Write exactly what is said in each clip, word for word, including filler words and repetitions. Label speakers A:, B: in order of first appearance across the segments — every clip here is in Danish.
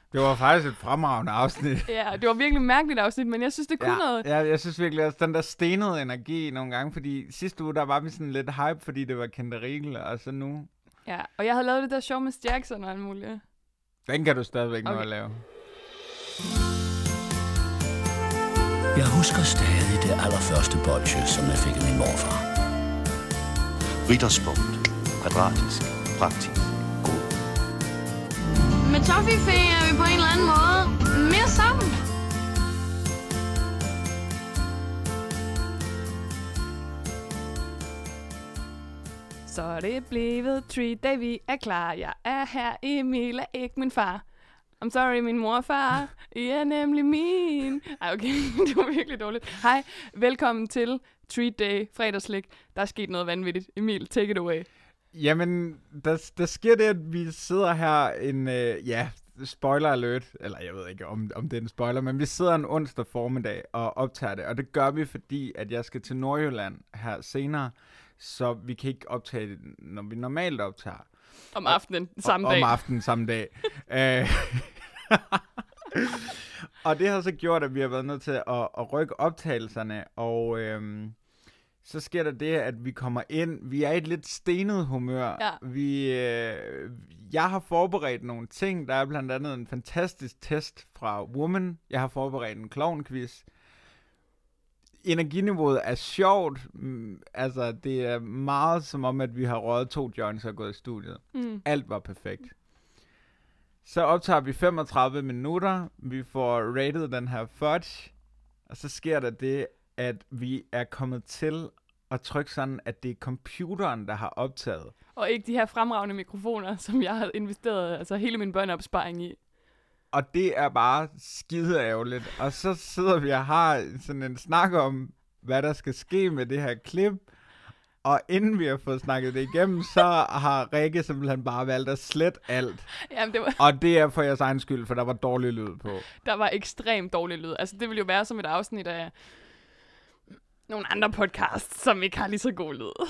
A: Det var faktisk et fremragende afsnit.
B: Ja, det var virkelig mærkeligt afsnit, men jeg synes, det kunne
A: ja,
B: noget.
A: Ja, jeg synes virkelig også, den der stenede energi nogle gange, fordi sidste uge, der var vi sådan lidt hype, fordi det var Kinder Riegel, og så nu...
B: Ja, og jeg havde lavet det der show med Jackson og alt muligt.
A: Den kan du stadigvæk
B: okay.
A: nå at lave.
C: Jeg husker stadig det allerførste bolsje, som jeg fik af min morfar.
D: Ritterspunkt. Kvadratisk. Praktisk. God.
E: Med Toffifee er vi på en eller anden måde mere sammen.
B: Så er det blevet treat day, vi er klar. Jeg er her, Emil er ikke min far. I'm sorry, min mor og far. I er nemlig min. Ej, okay, det var virkelig dårligt. Hej, velkommen til Treat Day fredagslik. Der er sket noget vanvittigt. Emil, take it away.
A: Jamen, der, der sker det, at vi sidder her en, øh, ja, spoiler alert, eller jeg ved ikke, om, om det er en spoiler, men vi sidder en onsdag formiddag og optager det, og det gør vi, fordi at jeg skal til Nordjylland her senere, så vi kan ikke optage det, når vi normalt optager.
B: Om aftenen samme
A: og,
B: dag.
A: Om aftenen samme dag. Øh, og det har så gjort, at vi har været nødt til at, at rykke optagelserne, og øhm, så sker der det, at vi kommer ind. Vi er i et lidt stenet humør.
B: Ja.
A: Vi, øh, jeg har forberedt nogle ting. Der er blandt andet en fantastisk test fra Woman. Jeg har forberedt en klovnquiz. Energiniveauet er sjovt. Mm, altså, det er meget som om, at vi har røget to joints og gået i studiet.
B: Mm.
A: Alt var perfekt. Så optager vi femogtredive minutter. Vi får rated den her fudge. Og så sker der det, at vi er kommet til at trykke sådan, at det er computeren, der har optaget.
B: Og ikke de her fremragende mikrofoner, som jeg har investeret altså hele min børneopsparing i.
A: Og det er bare skide ærgerligt. Og så sidder vi og har sådan en snak om, hvad der skal ske med det her klip. Og inden vi har fået snakket det igennem, så har Rikke simpelthen bare valgt at slette alt.
B: Jamen, det var...
A: Og det er for jeres egen skyld, for der var dårlig lyd på.
B: Der var ekstremt dårlig lyd. Altså, det ville jo være som et afsnit af nogle andre podcasts, som ikke har lige så god lyd.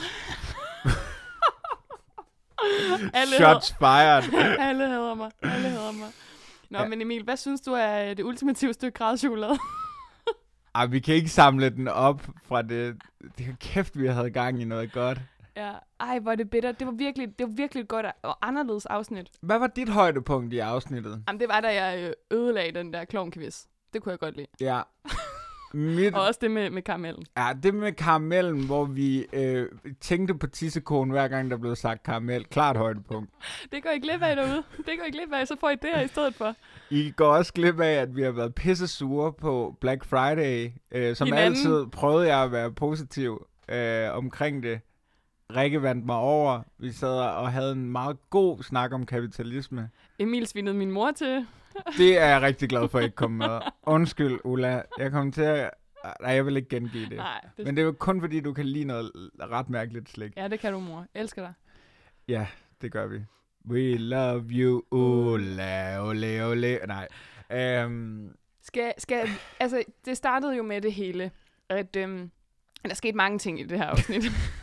A: Alle Shots hader... fired.
B: Alle hader mig. Alle hader mig. Nå, ja. Men Emil, hvad synes du er det ultimative stykke græschokolade?
A: Ej, vi kan ikke samle den op fra det. Det er kæft, vi havde gang i noget godt.
B: Ja, ej, hvor er det bitter. Det var virkelig, det var virkelig et godt og anderledes afsnit.
A: Hvad var dit højdepunkt i afsnittet?
B: Jamen, det var, da jeg ødelagde den der klovnquiz. Det kunne jeg godt lide.
A: Ja. Mit...
B: Og også det med, med karamellen.
A: Ja, det med karamellen, hvor vi øh, tænkte på tissekonen, hver gang der blev sagt karamel. Klart højdepunkt.
B: Det går I glip af derude. Det går I glip af, så får I det her i stedet for.
A: I går også glip af, at vi har været pisse sure på Black Friday. Øh, som Hinanden. altid prøvede jeg at være positiv øh, omkring det. Rikke vandt mig over. Vi sad og havde en meget god snak om kapitalisme.
B: Emil svinede min mor til.
A: Det er jeg rigtig glad for, at ikke komme med. Undskyld, Ulla. Jeg kom til at... Nej, jeg vil ikke gengive det.
B: Nej, det...
A: Men det er jo kun fordi, du kan lide noget ret mærkeligt slik.
B: Ja, det kan du, mor. Jeg elsker dig.
A: Ja, det gør vi. We love you, Ulla, ole, ole. Nej. Um...
B: Skal, skal... Altså, det startede jo med det hele. At øhm, der skete mange ting i det her afsnit.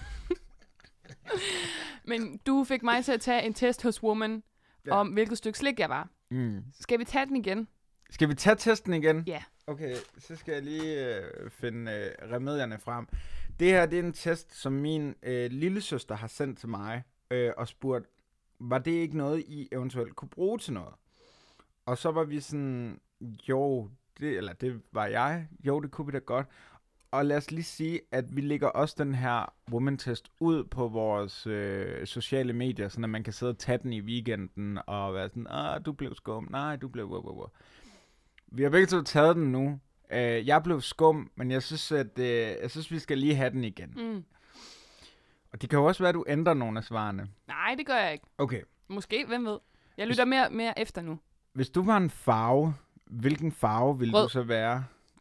B: Men du fik mig til at tage en test hos Woman, ja. Om hvilket stykke slik jeg var. Mm. Skal vi tage den igen?
A: Skal vi tage testen igen?
B: Ja.
A: Okay, så skal jeg lige øh, finde øh, remedierne frem. Det her, det er en test, som min øh, lillesøster har sendt til mig, øh, og spurgt, var det ikke noget, I eventuelt kunne bruge til noget? Og så var vi sådan, jo, det, eller det var jeg, jo, det kunne vi da godt. Og lad os lige sige, at vi lægger også den her Woman-test ud på vores øh, sociale medier, så man kan sidde og tage den i weekenden og være sådan, ah, du blev skum, nej, du blev... Wow, wow, wow. Vi har begge to taget den nu. Uh, jeg blev skum, men jeg synes, at uh, jeg synes, vi skal lige have den igen. Mm. Og det kan jo også være, at du ændrer nogle af svarene.
B: Nej, det gør jeg ikke.
A: Okay.
B: Måske, hvem ved? Jeg lytter mere, mere efter nu.
A: Hvis du var en farve, hvilken farve ville
B: Rød.
A: Du så være?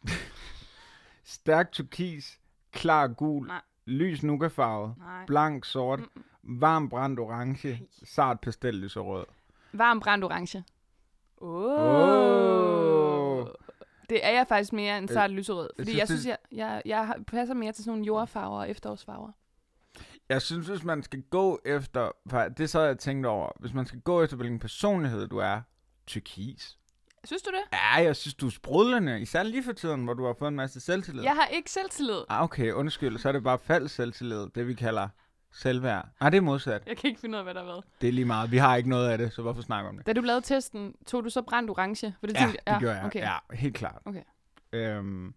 A: Stærk turkis, klar gul,
B: Nej.
A: Lys nougatfarve, blank sort, Mm-mm. varm brændt orange, sart pastel lyserød.
B: Varm brændt orange. Åh. Oh. Oh. Det er jeg faktisk mere end sart lyserød. Fordi jeg synes, jeg, synes jeg, jeg, jeg passer mere til sådan nogle jordfarver og efterårsfarver.
A: Jeg synes, hvis man skal gå efter... Det så jeg tænkt over. Hvis man skal gå efter, hvilken personlighed du er, turkis.
B: Synes du det?
A: Ja, jeg synes, du er sprudlende. Især lige for tiden, hvor du har fået en masse selvtillid.
B: Jeg har ikke selvtillid.
A: Ah, okay, undskyld. Så er det bare falsk selvtillid, det vi kalder selvværd. Ah, det er modsat.
B: Jeg kan ikke finde ud af, hvad der har været.
A: Det er lige meget. Vi har ikke noget af det, så hvorfor snakke om det?
B: Da du lavede testen, tog du så brændt orange? For det
A: Ja,
B: tænkte,
A: det gjorde jeg.
B: Okay.
A: Ja, helt klart.
B: Okay.
A: Øhm,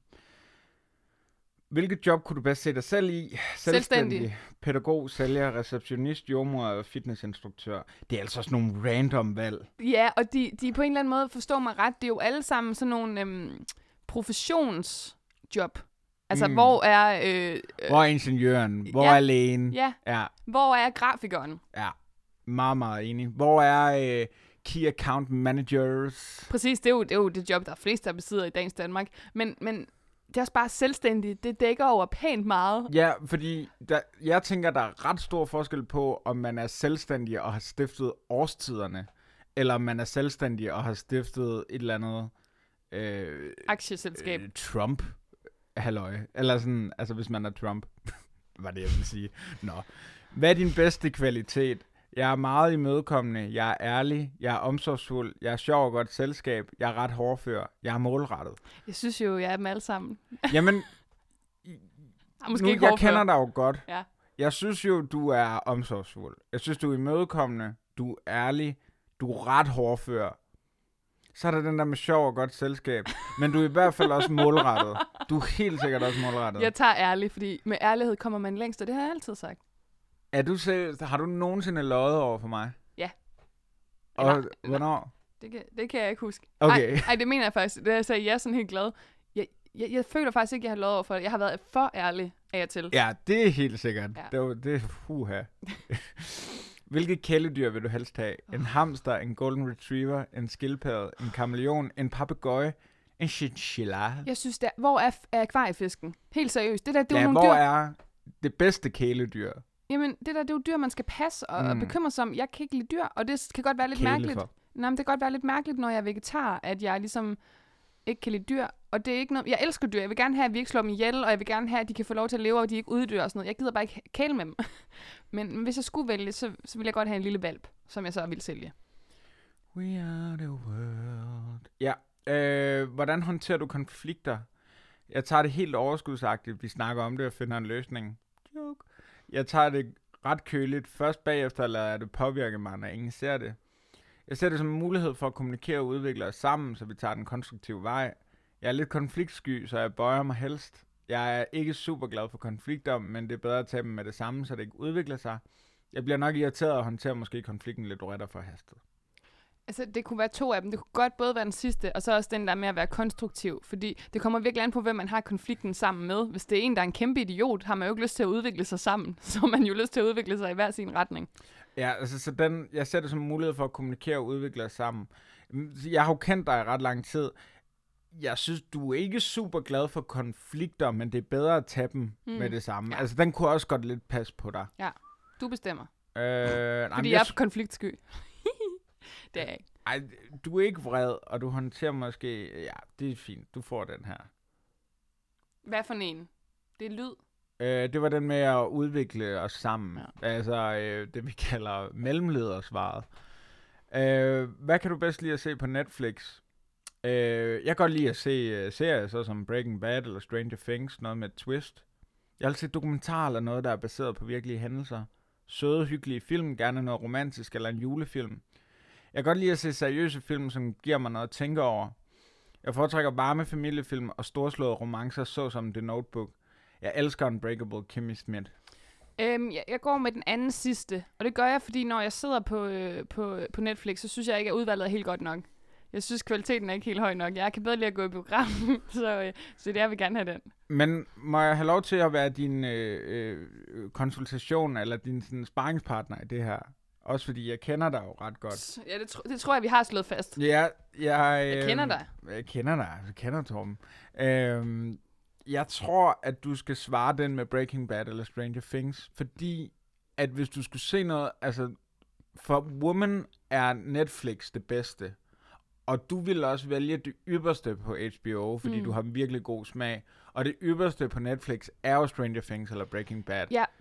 A: hvilket job kunne du bedst se dig selv i?
B: Selvstændig.
A: Pædagog, sælger, receptionist, jordmor og fitnessinstruktør. Det er altså sådan nogle random valg.
B: Ja, og de, de på en eller anden måde, forstår mig ret, det er jo alle sammen sådan nogle øhm, professionsjob. Altså,
A: Mm.
B: hvor er... Øh, øh,
A: Hvor er ingeniøren? Hvor
B: ja.
A: er lægen?
B: ja,
A: Ja,
B: hvor er grafikeren?
A: ja. Meget, meget enig. Hvor er øh, key account managers?
B: Præcis, det er, jo, det er jo det job, der er flest, der besidder i dagens Danmark. Men, men det er også bare selvstændigt. Det dækker over pænt meget.
A: Ja, fordi der, jeg tænker, der er ret stor forskel på, om man er selvstændig og har stiftet årstiderne, eller om man er selvstændig og har stiftet et eller andet øh,
B: Aktieselskab.
A: øh, Trump halløj. Eller sådan, altså hvis man er Trump, var det jeg ville sige. Nå. Hvad er din bedste kvalitet? Jeg er meget imødekommende, jeg er ærlig, jeg er omsorgsfuld, jeg er sjov og godt selskab, jeg er ret hårdfør, jeg er målrettet.
B: Jeg synes jo, jeg er dem alle sammen.
A: Jamen,
B: Ah, måske
A: nu,
B: ikke
A: jeg
B: hårdfør.
A: kender dig jo godt.
B: Ja.
A: Jeg synes jo, du er omsorgsfuld. Jeg synes, du er imødekommende, du er ærlig, du er ret hårdfør. Så er der den der med sjov og godt selskab. Men du er i hvert fald også målrettet. Du er helt sikkert også målrettet.
B: Jeg tager ærligt, fordi med ærlighed kommer man længst, og det har jeg altid sagt.
A: Er du seriøst? Har du nogensinde løjet over for mig?
B: Ja.
A: Og
B: Eller-
A: hvornår?
B: Det kan, det kan jeg ikke huske.
A: Okay.
B: Ej, ej, det mener jeg faktisk. Det jeg sagde, jeg er sådan helt glad. Jeg, jeg, jeg føler faktisk ikke, jeg har lovet over for det. Jeg har været for ærlig af og til.
A: Ja, det er helt sikkert.
B: Ja.
A: Det, var, det er huha. Hvilke kæledyr vil du helst have? En hamster, en golden retriever, en skildpadde, en kameleon, en papegøje, en chinchilla?
B: Jeg synes, der, hvor er, er akvariefisken? Helt seriøst. Det der, det er
A: Ja,
B: jo nogle
A: hvor
B: dyr.
A: er det bedste kæledyr?
B: Jamen, det der, det er jo dyr, man skal passe og, mm. og
A: Mm.
B: bekymre sig om. Jeg kan ikke lide dyr, og det kan godt være lidt
A: Kæle
B: mærkeligt.
A: for.
B: Nej, men det kan godt være lidt mærkeligt, når jeg er vegetar, at jeg ligesom ikke kan lide dyr. Og det er ikke noget... Jeg elsker dyr. Jeg vil gerne have, at vi ikke slår dem ihjel, og jeg vil gerne have, at de kan få lov til at leve, og at de ikke uddør og sådan noget. Jeg gider bare ikke kæle med dem. men hvis jeg skulle vælge, så, så ville jeg godt have en lille valp, som jeg så vil sælge.
A: We are the world. Ja, øh, hvordan håndterer du konflikter? Jeg tager det helt overskudsagtigt. Vi snakker om det og finder en løsning. Joke. Jeg tager det ret køligt. Først bagefter lader jeg det påvirke mig, når ingen ser det. Jeg ser det som en mulighed for at kommunikere og udvikle os sammen, så vi tager den konstruktive vej. Jeg er lidt konfliktsky, så jeg bøjer mig helst. Jeg er ikke super glad for konflikter, men det er bedre at tage dem med det samme, så det ikke udvikler sig. Jeg bliver nok irriteret og håndterer måske konflikten lidt rettere for hastet.
B: Altså, det kunne være to af dem. Det kunne godt både være den sidste, og så også den der med at være konstruktiv. Fordi det kommer virkelig an på, hvem man har konflikten sammen med. Hvis det er en, der er en kæmpe idiot, har man jo ikke lyst til at udvikle sig sammen. Så har man jo lyst til at udvikle sig i hver sin retning.
A: Ja, altså, så den, jeg ser det som en mulighed for at kommunikere og udvikle os sammen. Jeg har jo kendt dig i ret lang tid. Jeg synes, du er ikke super glad for konflikter, men det er bedre at tage dem mm. med det samme.
B: Ja.
A: Altså, den kunne også godt lidt passe på dig.
B: Ja, du bestemmer.
A: Øh, nej,
B: Fordi
A: men
B: jeg er
A: jeg,
B: konfliktsky. Det er jeg ikke.
A: ej, du er ikke vred, og du håndterer måske... Ja, det er fint. Du får den her.
B: Hvad for en? Det er lyd.
A: Øh, det var den med at udvikle os sammen.
B: Ja.
A: Altså, øh, det vi kalder mellemledersvaret. Øh, hvad kan du bedst lide at se på Netflix? Øh, jeg kan godt lide at se uh, serier, så som Breaking Bad eller Stranger Things, noget med et twist. Jeg har set dokumentarer eller noget, der er baseret på virkelige hændelser. Søde, hyggelige film, gerne noget romantisk eller en julefilm. Jeg kan godt lide at se seriøse film, som giver mig noget at tænke over. Jeg foretrækker varme familiefilm og storslåede romancer, såsom The Notebook. Jeg elsker Unbreakable Kimmy Schmidt.
B: Øhm, jeg, jeg går med den anden sidste, og det gør jeg, fordi når jeg sidder på, øh, på, på Netflix, så synes jeg ikke, at udvalget er helt godt nok. Jeg synes, kvaliteten er ikke helt høj nok. Jeg kan bedre lide at gå i biografen, så, øh, så det jeg vil gerne have den.
A: Men må jeg have lov til at være din øh, øh, konsultation eller din sådan, sparringspartner i det her? Også fordi jeg kender dig jo ret godt.
B: Ja, det, tro, det tror jeg, vi har slået fast.
A: Ja, jeg, øh,
B: Jeg kender dig.
A: Jeg kender dig. Jeg kender Torben. Øh, jeg tror, at du skal svare den med Breaking Bad eller Stranger Things, fordi at hvis du skulle se noget, altså for Woman er Netflix det bedste, og du vil også vælge det ypperste på H B O, fordi mm. du har virkelig god smag, og det ypperste på Netflix er jo Stranger Things eller Breaking Bad.
B: Ja,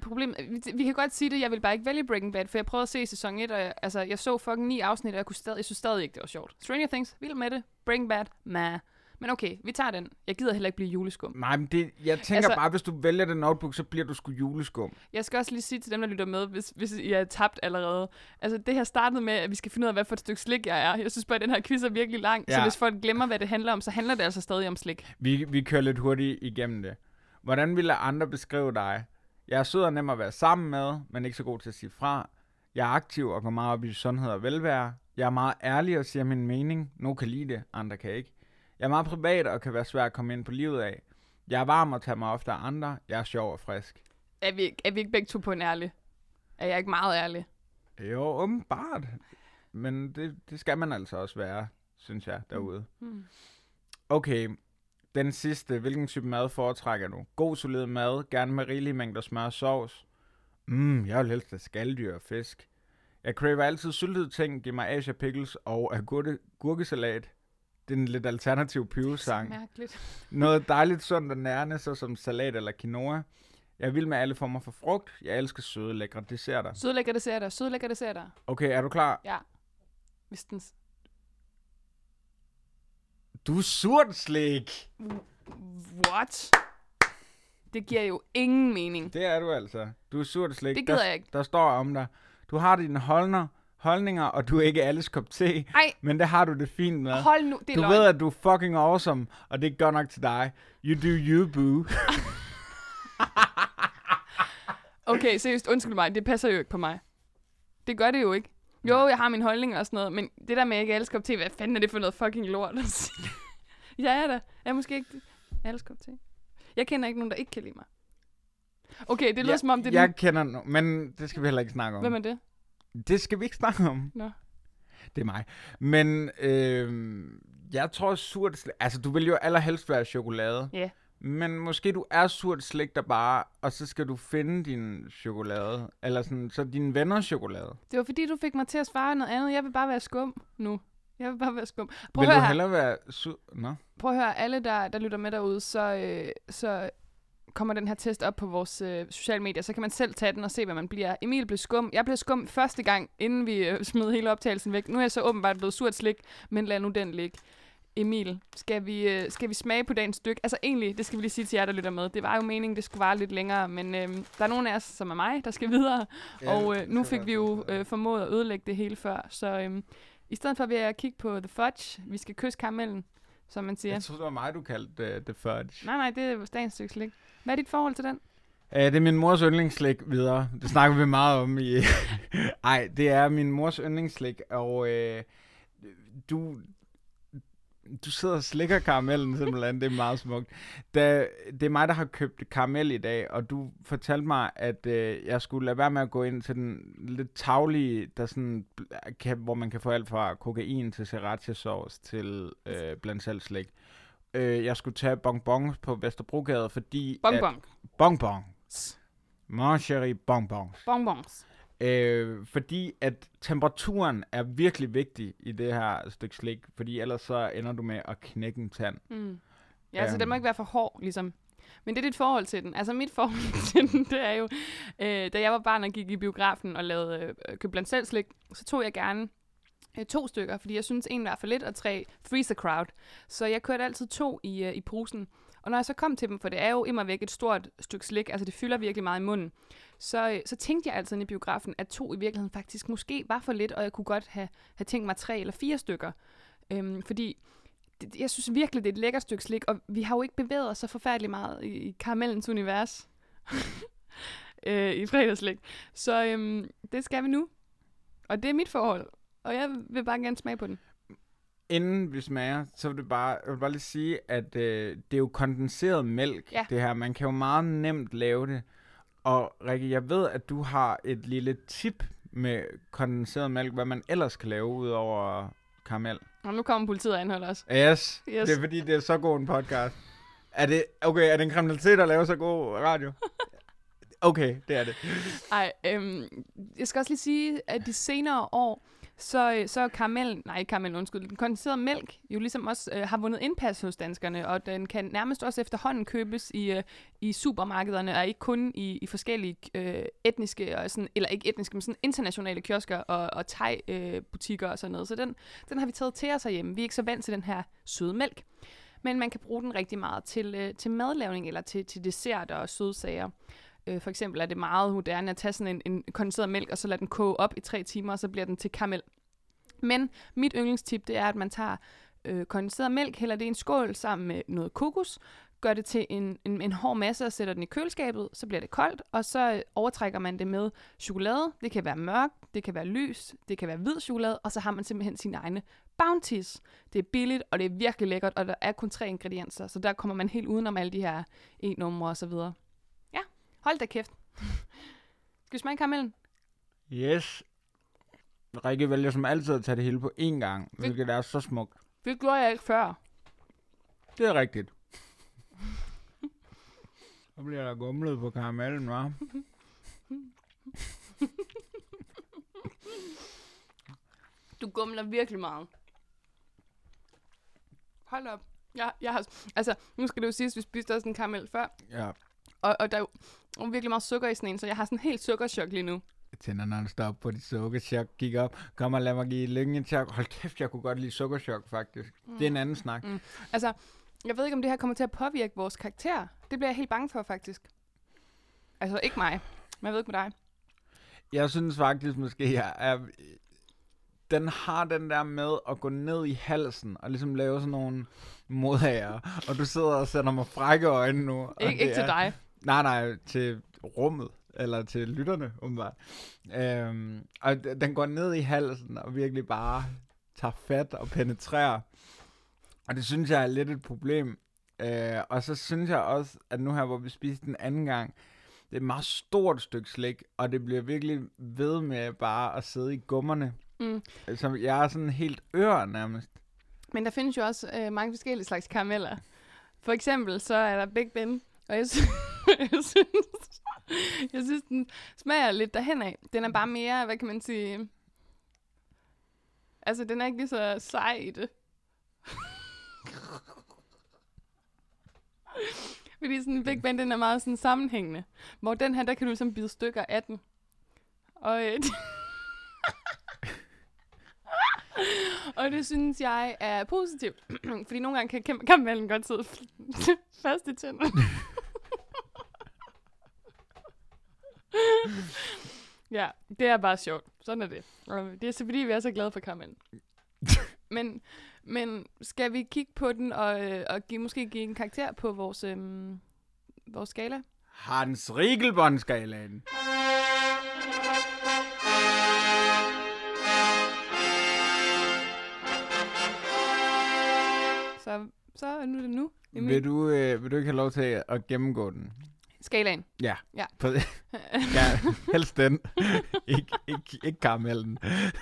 B: problem, vi, vi kan godt sige det, jeg vil bare ikke vælge Breaking Bad, for jeg prøvede at se sæson et, og jeg, altså, jeg så fucking ni afsnit, og jeg, kunne stadig, jeg synes stadig ikke, det var sjovt. Stranger Things, vild med det. Breaking Bad, nah. Men okay, vi tager den. Jeg gider heller ikke blive juleskum.
A: Nej, men det, jeg tænker altså, bare, hvis du vælger den notebook, så bliver du sgu juleskum.
B: Jeg skal også lige sige til dem, der lytter med, hvis, hvis I er tabt allerede. Altså, det her startede med, at vi skal finde ud af, hvad for et stykke slik jeg er. Jeg synes bare, at den her quiz er virkelig lang, ja. Så hvis folk glemmer, hvad det handler om, så handler det altså stadig om slik.
A: Vi, vi kører lidt hurtigt igennem det. Hvordan ville andre beskrive dig? Jeg er sød og nem at være sammen med, men ikke så god til at sige fra. Jeg er aktiv og går meget op i sundhed og velvære. Jeg er meget ærlig og siger min mening. Nogle kan lide det, andre kan ikke. Jeg er meget privat og kan være svær at komme ind på livet af. Jeg er varm og tager mig ofte af andre. Jeg er sjov og frisk.
B: Er vi, er vi ikke begge to på en ærlig? Er jeg ikke meget ærlig?
A: Jo, åbenbart. Men det, det skal man altså også være, synes jeg, derude. Hmm. Okay, den sidste. Hvilken type mad foretrækker du? God, solid mad, gerne med rigelige mængder smør og sovs. Mm, jeg vil helst have skaldyr og fisk. Jeg craver altid syltede ting, giv mig Asia pickles og agurke, gurkesalat. Det er en lidt alternativ pivesang.
B: Mærkeligt.
A: Noget dejligt, sundt og nærende, såsom salat eller quinoa. Jeg er vild med alle former for frugt. Jeg elsker søde, lækre desserter.
B: Søde, lækre desserter. Søde, lækre desserter.
A: Okay, er du klar?
B: Ja. Hvis den...
A: Du er surt slik.
B: What? Det giver jo ingen mening.
A: Det er du altså. Du er surt slik.
B: Det gider
A: der,
B: jeg ikke.
A: Der står om dig. Du har dine holdner, holdninger, og du er ikke alles kop te.
B: Ej.
A: Men det har du det fint med.
B: Hold nu, det er
A: Du
B: løgn.
A: ved, at du er fucking awesome, og det er godt nok til dig. You do you, boo.
B: Okay, seriøst, undskyld mig. Det passer jo ikke på mig. Det gør det jo ikke. Jo, jeg har mine holdninger og sådan noget, men det der med, at jeg ikke elsker kop te, hvad fanden er det for noget fucking lort? Ja, er da. Jeg er måske ikke elsker kop te. Jeg kender ikke nogen, der ikke kan lide mig. Okay, det lyder
A: ja,
B: som om, det er
A: Jeg
B: den...
A: kender no- men det skal vi heller ikke snakke om.
B: Hvem er det?
A: Det skal vi ikke snakke om.
B: Nå.
A: Det er mig. Men øh, jeg tror surt slik... Altså, du vil jo allerhelst være chokolade.
B: Ja. Yeah.
A: Men måske du er surt slik der bare, og så skal du finde din chokolade. Eller sådan, så din venners chokolade.
B: Det var fordi, du fik mig til at svare noget andet. Jeg vil bare være skum nu. Jeg vil bare være skum. Prøv
A: Vil
B: at
A: du
B: høre
A: hellere være sur... Nå?
B: Prøv at høre, alle der, der lytter med derude, så, øh, så kommer den her test op på vores øh, sociale medier. Så kan man selv tage den og se, hvad man bliver. Emil blev skum. Jeg blev skum første gang, inden vi øh, smed hele optagelsen væk. Nu er jeg så åbenbart blevet surt slik, men lad nu den ligge. Emil, skal vi, øh, skal vi smage på dagens stykke? Altså egentlig, det skal vi lige sige til jer, der lytter med. Det var jo meningen, det skulle vare lidt længere, men øh, der er nogen af os, som er mig, der skal videre. Ja, og øh, nu fik vi jo øh, formået at ødelægge det hele før. Så øh, i stedet for vil jeg kigge på The Fudge. Vi skal kysse karamellen, som man siger.
A: Jeg troede, det var mig, du kaldte uh, The Fudge.
B: Nej, nej, det er dagens stykke slik. Hvad er dit forhold til den?
A: Uh, det er min mors yndlingsslik videre. Det snakker vi meget om i... Ej, det er min mors yndlingsslik, og uh, du... Du sidder og slikker karamellen simpelthen, det er meget smukt. Da, det er mig, der har købt karamel i dag, og du fortalte mig, at øh, jeg skulle lade være med at gå ind til den lidt taglige, der sådan, kan, hvor man kan få alt fra kokain til sriracha-sauce til øh, blandt selv slik. Øh, jeg skulle tage bonbons på Vesterbrogade, fordi...
B: Bonbon.
A: Bonbons. Mon chéri, bonbons.
B: Bonbons.
A: Øh, fordi at temperaturen er virkelig vigtig i det her stykke slik, fordi ellers så ender du med at knække en tand.
B: Mm. Ja, altså
A: Um.
B: den må ikke være for hård, ligesom. Men det er dit forhold til den. Altså mit forhold til den, det er jo, øh, da jeg var barn og gik i biografen og lavede øh, køb blandt selv slik, så tog jeg gerne øh, to stykker, fordi jeg synes en var for lidt, og tre freezer crowd. Så jeg kørte altid to i, øh, i posen. Og når jeg så kom til dem, for det er jo immer væk et stort stykke slik, altså det fylder virkelig meget i munden, så, øh, så tænkte jeg altid i biografen, at to i virkeligheden faktisk måske var for lidt, og jeg kunne godt have, have tænkt mig tre eller fire stykker. Øhm, fordi det, jeg synes virkelig, det er et lækkert stykke slik, og vi har jo ikke bevæget os så forfærdeligt meget i, i karamellens univers øh, i fredagslik. Så øhm, det skal vi nu. Og det er mit forhold, og jeg vil bare gerne smage på den.
A: Inden vi smager, så vil, det bare, jeg vil bare lige sige, at øh, det er jo kondenseret mælk,
B: ja.
A: det her. Man kan jo meget nemt lave det. Og Rikke, jeg ved, at du har et lille tip med kondenseret mælk, hvad man ellers kan lave ud over karamel.
B: Og nu kommer politiet og anholder os.
A: Yes,
B: yes,
A: det er fordi, det er så god en podcast. Er det, okay, er det en kriminalitet at lave så god radio? Okay, det er det.
B: Ej, øhm, jeg skal også lige sige, at de senere år, så, øh, så karamellen, nej ikke karamellen, undskyld, den kondenserede mælk jo ligesom også øh, har vundet indpas hos danskerne, og den kan nærmest også efterhånden købes i, øh, i supermarkederne, og ikke kun i, i forskellige øh, etniske, og sådan, eller ikke etniske, men sådan internationale kiosker og, og thai-butikker øh, og sådan noget. Så den, den har vi taget til os herhjemme. Vi er ikke så vant til den her søde mælk, men man kan bruge den rigtig meget til, øh, til madlavning eller til, til dessert og sødsager. Øh, for eksempel er det meget moderne at tage sådan en, en kondenseret mælk, og så lade den koge op i tre timer, og så bliver den til karamel. Men mit yndlingstip, det er, at man tager øh, kondenseret mælk, hælder det i en skål sammen med noget kokos, gør det til en, en, en hård masse og sætter den i køleskabet, så bliver det koldt, og så øh, overtrækker man det med chokolade. Det kan være mørk, det kan være lys, det kan være hvid chokolade, og så har man simpelthen sine egne Bounties. Det er billigt, og det er virkelig lækkert, og der er kun tre ingredienser, så der kommer man helt udenom alle de her e-numre og så videre. Ja, hold da kæft. Skal vi smage karamellen?
A: Yes. Rikke vælger som altid at tage det hele på én gang, hvilket er så smukt.
B: Det gjorde jeg ikke før.
A: Det er rigtigt. Så bliver der gumlet på karamellen, hva'?
B: Du gumler virkelig meget. Hold op. Jeg, jeg har, altså, nu skal det jo siges, at vi spiste også en karamel før.
A: Ja.
B: Og, og der er jo virkelig meget sukker i sådan en, så jeg har sådan helt sukkerchok lige nu.
A: Jeg tænder non-stop på dit sukkerchok. Gik op. Kom og lad mig give Lykke en chok. Hold kæft, jeg kunne godt lide sukkerchok, faktisk. Mm. Det er en anden snak.
B: Mm. Altså, jeg ved ikke, om det her kommer til at påvirke vores karakter. Det bliver jeg helt bange for, faktisk. Altså, ikke mig. Men jeg ved ikke med dig.
A: Jeg synes faktisk måske, jeg er... Den har den der med at gå ned i halsen og ligesom lave sådan nogle modhager. Og du sidder og sætter mig frække øjne nu.
B: Ik- ikke til
A: er,
B: dig.
A: Nej, nej, til rummet. Eller til lytterne, umiddelbart. Øhm, og den går ned i halsen og virkelig bare tager fat og penetrerer. Og det synes jeg er lidt et problem. Øh, og så synes jeg også, at nu her, hvor vi spiste den anden gang, det er et meget stort stykke slik, og det bliver virkelig ved med bare at sidde i gummerne. Mm. Så jeg er sådan helt ør nærmest.
B: Men der findes jo også øh, mange forskellige slags karameller. For eksempel så er der Big Ben, og jeg synes, jeg synes, jeg synes den smager lidt derhen af. Den er bare mere, hvad kan man sige, altså den er ikke lige så sej i det. Fordi sådan en Big Ben, den er meget sådan sammenhængende. Hvor den her, der kan du ligesom bide stykker af den. Og, øh, og det synes jeg er positivt. Fordi nogle gange kan karamellen godt sidde fast i tænderne. Ja, det er bare sjovt. Sådan er det. Og det er så fordi, vi er så glade for karamellen. Men, men skal vi kigge på den og, øh, og give, måske give en karakter på vores, øh, vores skala?
A: Hans Riegelbånd-skalaen.
B: Så, så er nu det nu.
A: Vil du, øh, vil du ikke have lov til at gennemgå den?
B: Skalaen?
A: Ja.
B: Ja.
A: På, ja, helst den. Ik, ikke, ikke karamellen.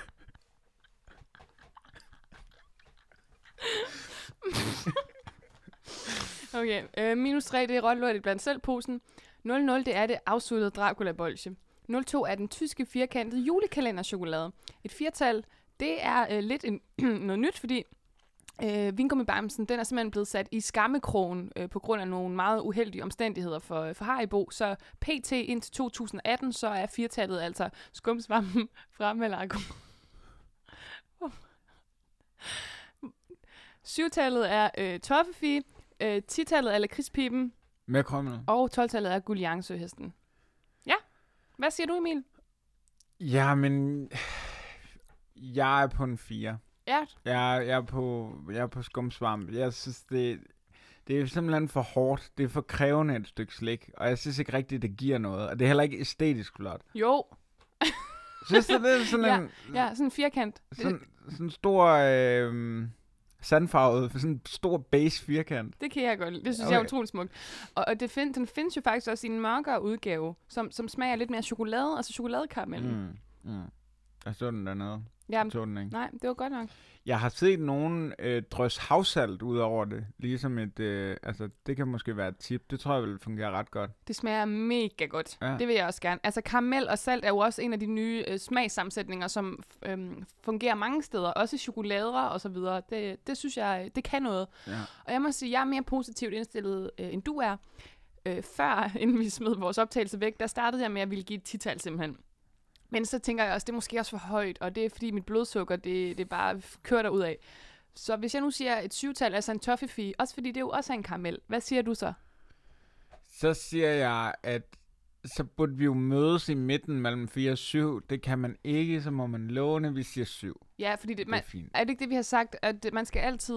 B: Okay, øh, minus tre, det er rødlort i blandt selv-posen. nul nul, det er det afsuttede Dracula-bolsje. nul to er den tyske firkantede julekalenderchokolade. Et firtal, det er øh, lidt en, noget nyt, fordi øh, vingummibamsen, den er simpelthen blevet sat i skammekrogen øh, på grund af nogle meget uheldige omstændigheder for, for Haribo. Så pt. indtil to tusind atten, så er firtallet altså skumsvampen fra Malaco. Syvtallet er øh, toffefee, øh, titallet er lakridspiben,
A: med krømmel.
B: og tolvtallet er guliangsøhesten. Ja, hvad siger du, Emil?
A: Ja, men jeg er på en fire.
B: Ja.
A: Jeg, jeg, er på, jeg er på skumsvamp. Jeg synes, det, det er simpelthen for hårdt. Det er for krævende et stykke slik, og jeg synes ikke rigtigt, det giver noget. Og det er heller ikke æstetisk flot.
B: Jo.
A: Synes du, det er sådan
B: ja,
A: en...
B: Ja, sådan en firkant.
A: Sådan, sådan en stor... Øh, sandfarvet, sådan en stor base firkant.
B: Det kan jeg godt lide. Det synes okay. jeg er utroligt smukt. Og, og det find, den findes jo faktisk også i en mørkere udgave, som, som smager lidt mere chokolade, altså chokoladekaramellen.
A: Mm, mm. Der så den dernede.
B: Ja,
A: Så den ikke.
B: nej, det var godt nok.
A: Jeg har set nogen øh, drøs havsalt ud over det. Ligesom et, øh, altså det kan måske være et tip. Det tror jeg vil fungere ret godt.
B: Det smager mega godt.
A: Ja.
B: Det vil jeg også gerne. Altså karamel og salt er jo også en af de nye øh, smagssammensætninger, som øh, fungerer mange steder. Også i chokolader og så videre. Det, det synes jeg, det kan noget.
A: Ja.
B: Og jeg må sige, jeg er mere positivt indstillet, øh, end du er. Øh, før, inden vi smed vores optagelse væk, der startede jeg med at ville give et tital simpelthen. Men så tænker jeg også, det er måske også for højt, og det er fordi mit blodsukker, det, det bare kører derud af. Så hvis jeg nu siger et syvtal, altså en toffifee, også fordi det er jo også en karamel, hvad siger du så?
A: Så siger jeg, at så burde vi jo mødes i midten mellem fire og syv. Det kan man ikke, så må man låne, vi siger syv.
B: Ja, fordi det,
A: Det
B: man,
A: er fint.
B: er det ikke det, vi har sagt, at man skal altid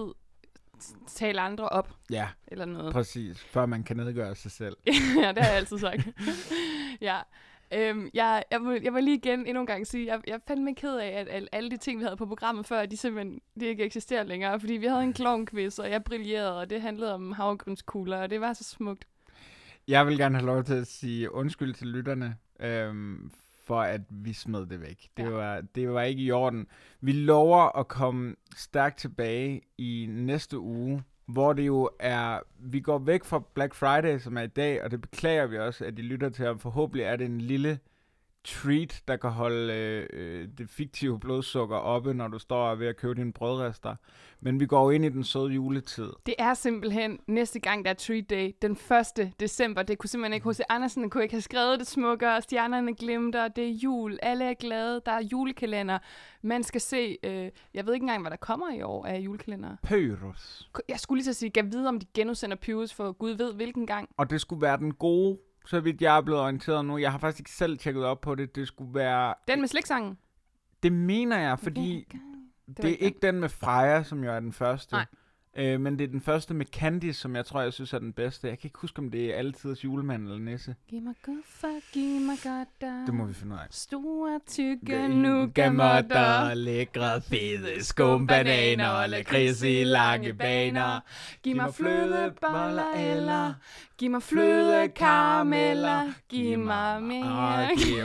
B: tale andre op,
A: Ja,
B: eller noget?
A: præcis. Før man kan nedgøre sig selv.
B: Ja, det har jeg altid sagt. Ja. Øhm, jeg, jeg, vil, jeg vil lige igen endnu en gang sige, jeg, jeg er fandme ked af, at alle, alle de ting, vi havde på programmet før, de simpelthen de ikke eksisterer længere. Fordi vi havde en klovnquiz, og jeg brillerede, og det handlede om havregrynskugler, og det var så smukt.
A: Jeg vil gerne have lov til at sige undskyld til lytterne, øhm, for at vi smed det væk. Det,
B: Ja.
A: var, det var ikke i orden. Vi lover at komme stærkt tilbage i næste uge, hvor det jo er, vi går væk fra Black Friday, som er i dag, og det beklager vi også, at I lytter til, og forhåbentlig er det en lille treat, der kan holde øh, det fiktive blodsukker oppe, når du står ved at købe dine brødrester. Men vi går jo ind i den søde juletid.
B: Det er simpelthen næste gang, der er treat day, den første december. Det kunne simpelthen ikke, H C Andersen kunne ikke have skrevet det smukkere, stjernerne glimter, det er jul, alle er glade, der er julekalender. Man skal se, øh, jeg ved ikke engang, hvad der kommer i år af julekalender.
A: Pyrus.
B: Jeg skulle lige så sige, kan vide, om de genudsender Pyrus for Gud ved hvilken gang.
A: Og det skulle være den gode, så vidt jeg er blevet orienteret nu. Jeg har faktisk ikke selv tjekket op på det. Det skulle være...
B: Den med sliksangen.
A: Det mener jeg, fordi
B: Det,
A: det, det er ikke den med Freja, som jo er den første.
B: Nej.
A: Øh, men det er den første med Candice, som jeg tror, jeg synes er den bedste. Jeg kan ikke huske, om det er altidens julemand eller nisse.
B: Giv mig guffer, giv mig godter.
A: Det må vi finde ud af.
B: Store, tykke nougatmåtter.
A: lækre,
B: fede skumbananer og lakrids i lange baner. Giv mig flødeboller eller giv mig flødekarameller. Giv mig mere.
A: Giv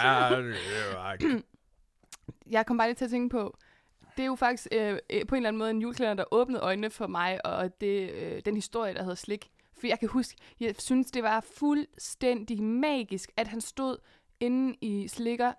A: mig mere.
B: Jeg kom bare lige til at tænke på, det er jo faktisk øh, på en eller anden måde en julekalender, der åbnede øjnene for mig, og det, øh, den historie, der hedder Slik. For jeg kan huske, jeg synes, det var fuldstændig magisk, at han stod inde i slikker,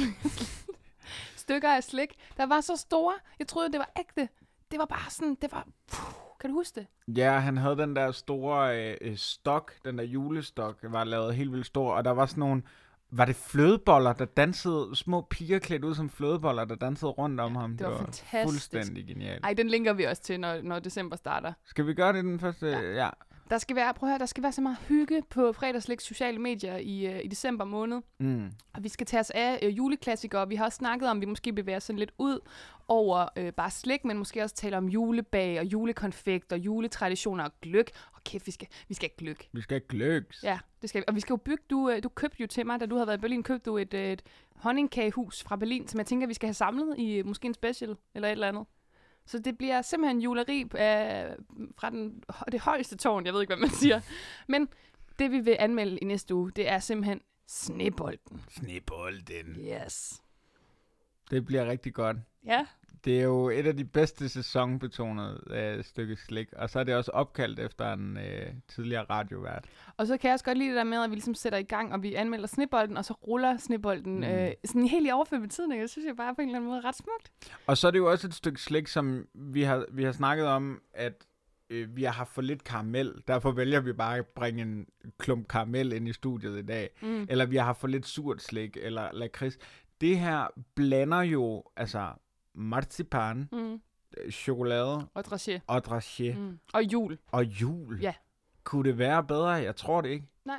B: stykker af slik, der var så store. Jeg troede, det var ægte. Det var bare sådan, det var... Puh, kan du huske det?
A: Ja, han havde den der store øh, stok, den der julestok, var lavet helt vildt stor, og der var sådan nogle... Var det flødeboller, der dansede, små piger klædt ud som flødeboller, der dansede rundt om ham?
B: Det var, det var fantastisk.
A: Fuldstændig genialt.
B: Ej, den linker vi også til, når, når december starter.
A: Skal vi gøre det den første?
B: Ja.
A: Ja.
B: Der skal være, prøv at høre, der skal være så meget hygge på Fredagslægs sociale medier i, uh, i december måned.
A: Mm.
B: Og vi skal tage os af uh, juleklassikere. Vi har også snakket om, at vi måske bevæger sådan lidt ud over uh, bare slik, men måske også tale om julebag og julekonfekt og juletraditioner og gløgg. Og kæft, vi skal, vi skal have gløgg.
A: Vi skal have gløggs.
B: Ja, det skal vi. Og vi skal jo bygge, du, uh, du købte jo til mig, da du havde været i Berlin, købte du et, uh, et honningkagehus fra Berlin, som jeg tænker, vi skal have samlet i uh, måske en special eller et eller andet. Så det bliver simpelthen juleri øh, fra den, det højeste tårn, jeg ved ikke, hvad man siger. Men det, vi vil anmelde i næste uge, det er simpelthen Snebolden.
A: Snebolden.
B: Yes.
A: Det bliver rigtig godt.
B: Ja.
A: Det er jo et af de bedste sæsonbetonede øh, stykke slik, og så er det også opkaldt efter en øh, tidligere radiovært.
B: Og så kan jeg også godt lide det der med, at vi ligesom sætter i gang, og vi anmelder Snebolden, og så ruller Snebolden mm. øh, sådan helt i overført betydning. Det synes jeg bare på en eller anden måde ret smukt.
A: Og så er det jo også et stykke slik, som vi har, vi har snakket om, at øh, vi har haft for lidt karamel. Derfor vælger vi bare at bringe en klump karamel ind i studiet i dag. Mm. Eller vi har haft for lidt surt slik, eller lakrids. Det her blander jo, altså... marcipan, mm. chokolade
B: og dragé.
A: Og, dragé.
B: Mm. og jul.
A: Og jul.
B: Ja.
A: Kunne det være bedre? Jeg tror det ikke.
B: Nej.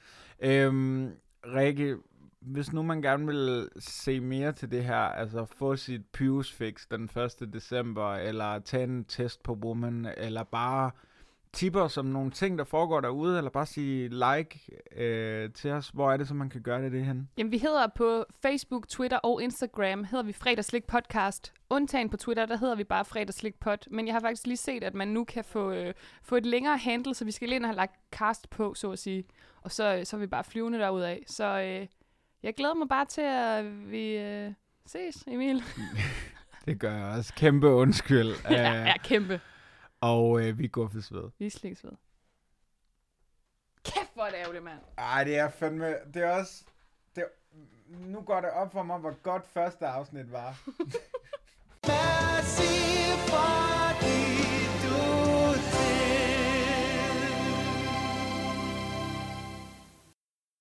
A: Øhm, Rikke, hvis nu man gerne vil se mere til det her, altså få sit Pyrus fix den første december, eller tage en test på Woman, eller bare tipper som nogle ting, der foregår derude, eller bare sige like øh, til os. Hvor er det, så man kan gøre det, det hen?
B: Jamen, vi hedder på Facebook, Twitter og Instagram, hedder vi Fredagslik Podcast. Undtagen på Twitter, der hedder vi bare Fredagslik Pod. Men jeg har faktisk lige set, at man nu kan få, øh, få et længere handle, så vi skal lige ind og have lagt cast på, så at sige. Og så, så er vi bare flyvende derudad. Så øh, jeg glæder mig bare til, at vi, øh, Ses, Emil.
A: Det gør jeg også. Kæmpe undskyld.
B: ja, ja, kæmpe.
A: Og øh, vi går for ved.
B: Vi slikkes ved. Kæft, hvor er det ærgerligt, mand.
A: Ej, det er fandme... Det er også... Det er, nu går det op for mig, hvor godt første afsnit var.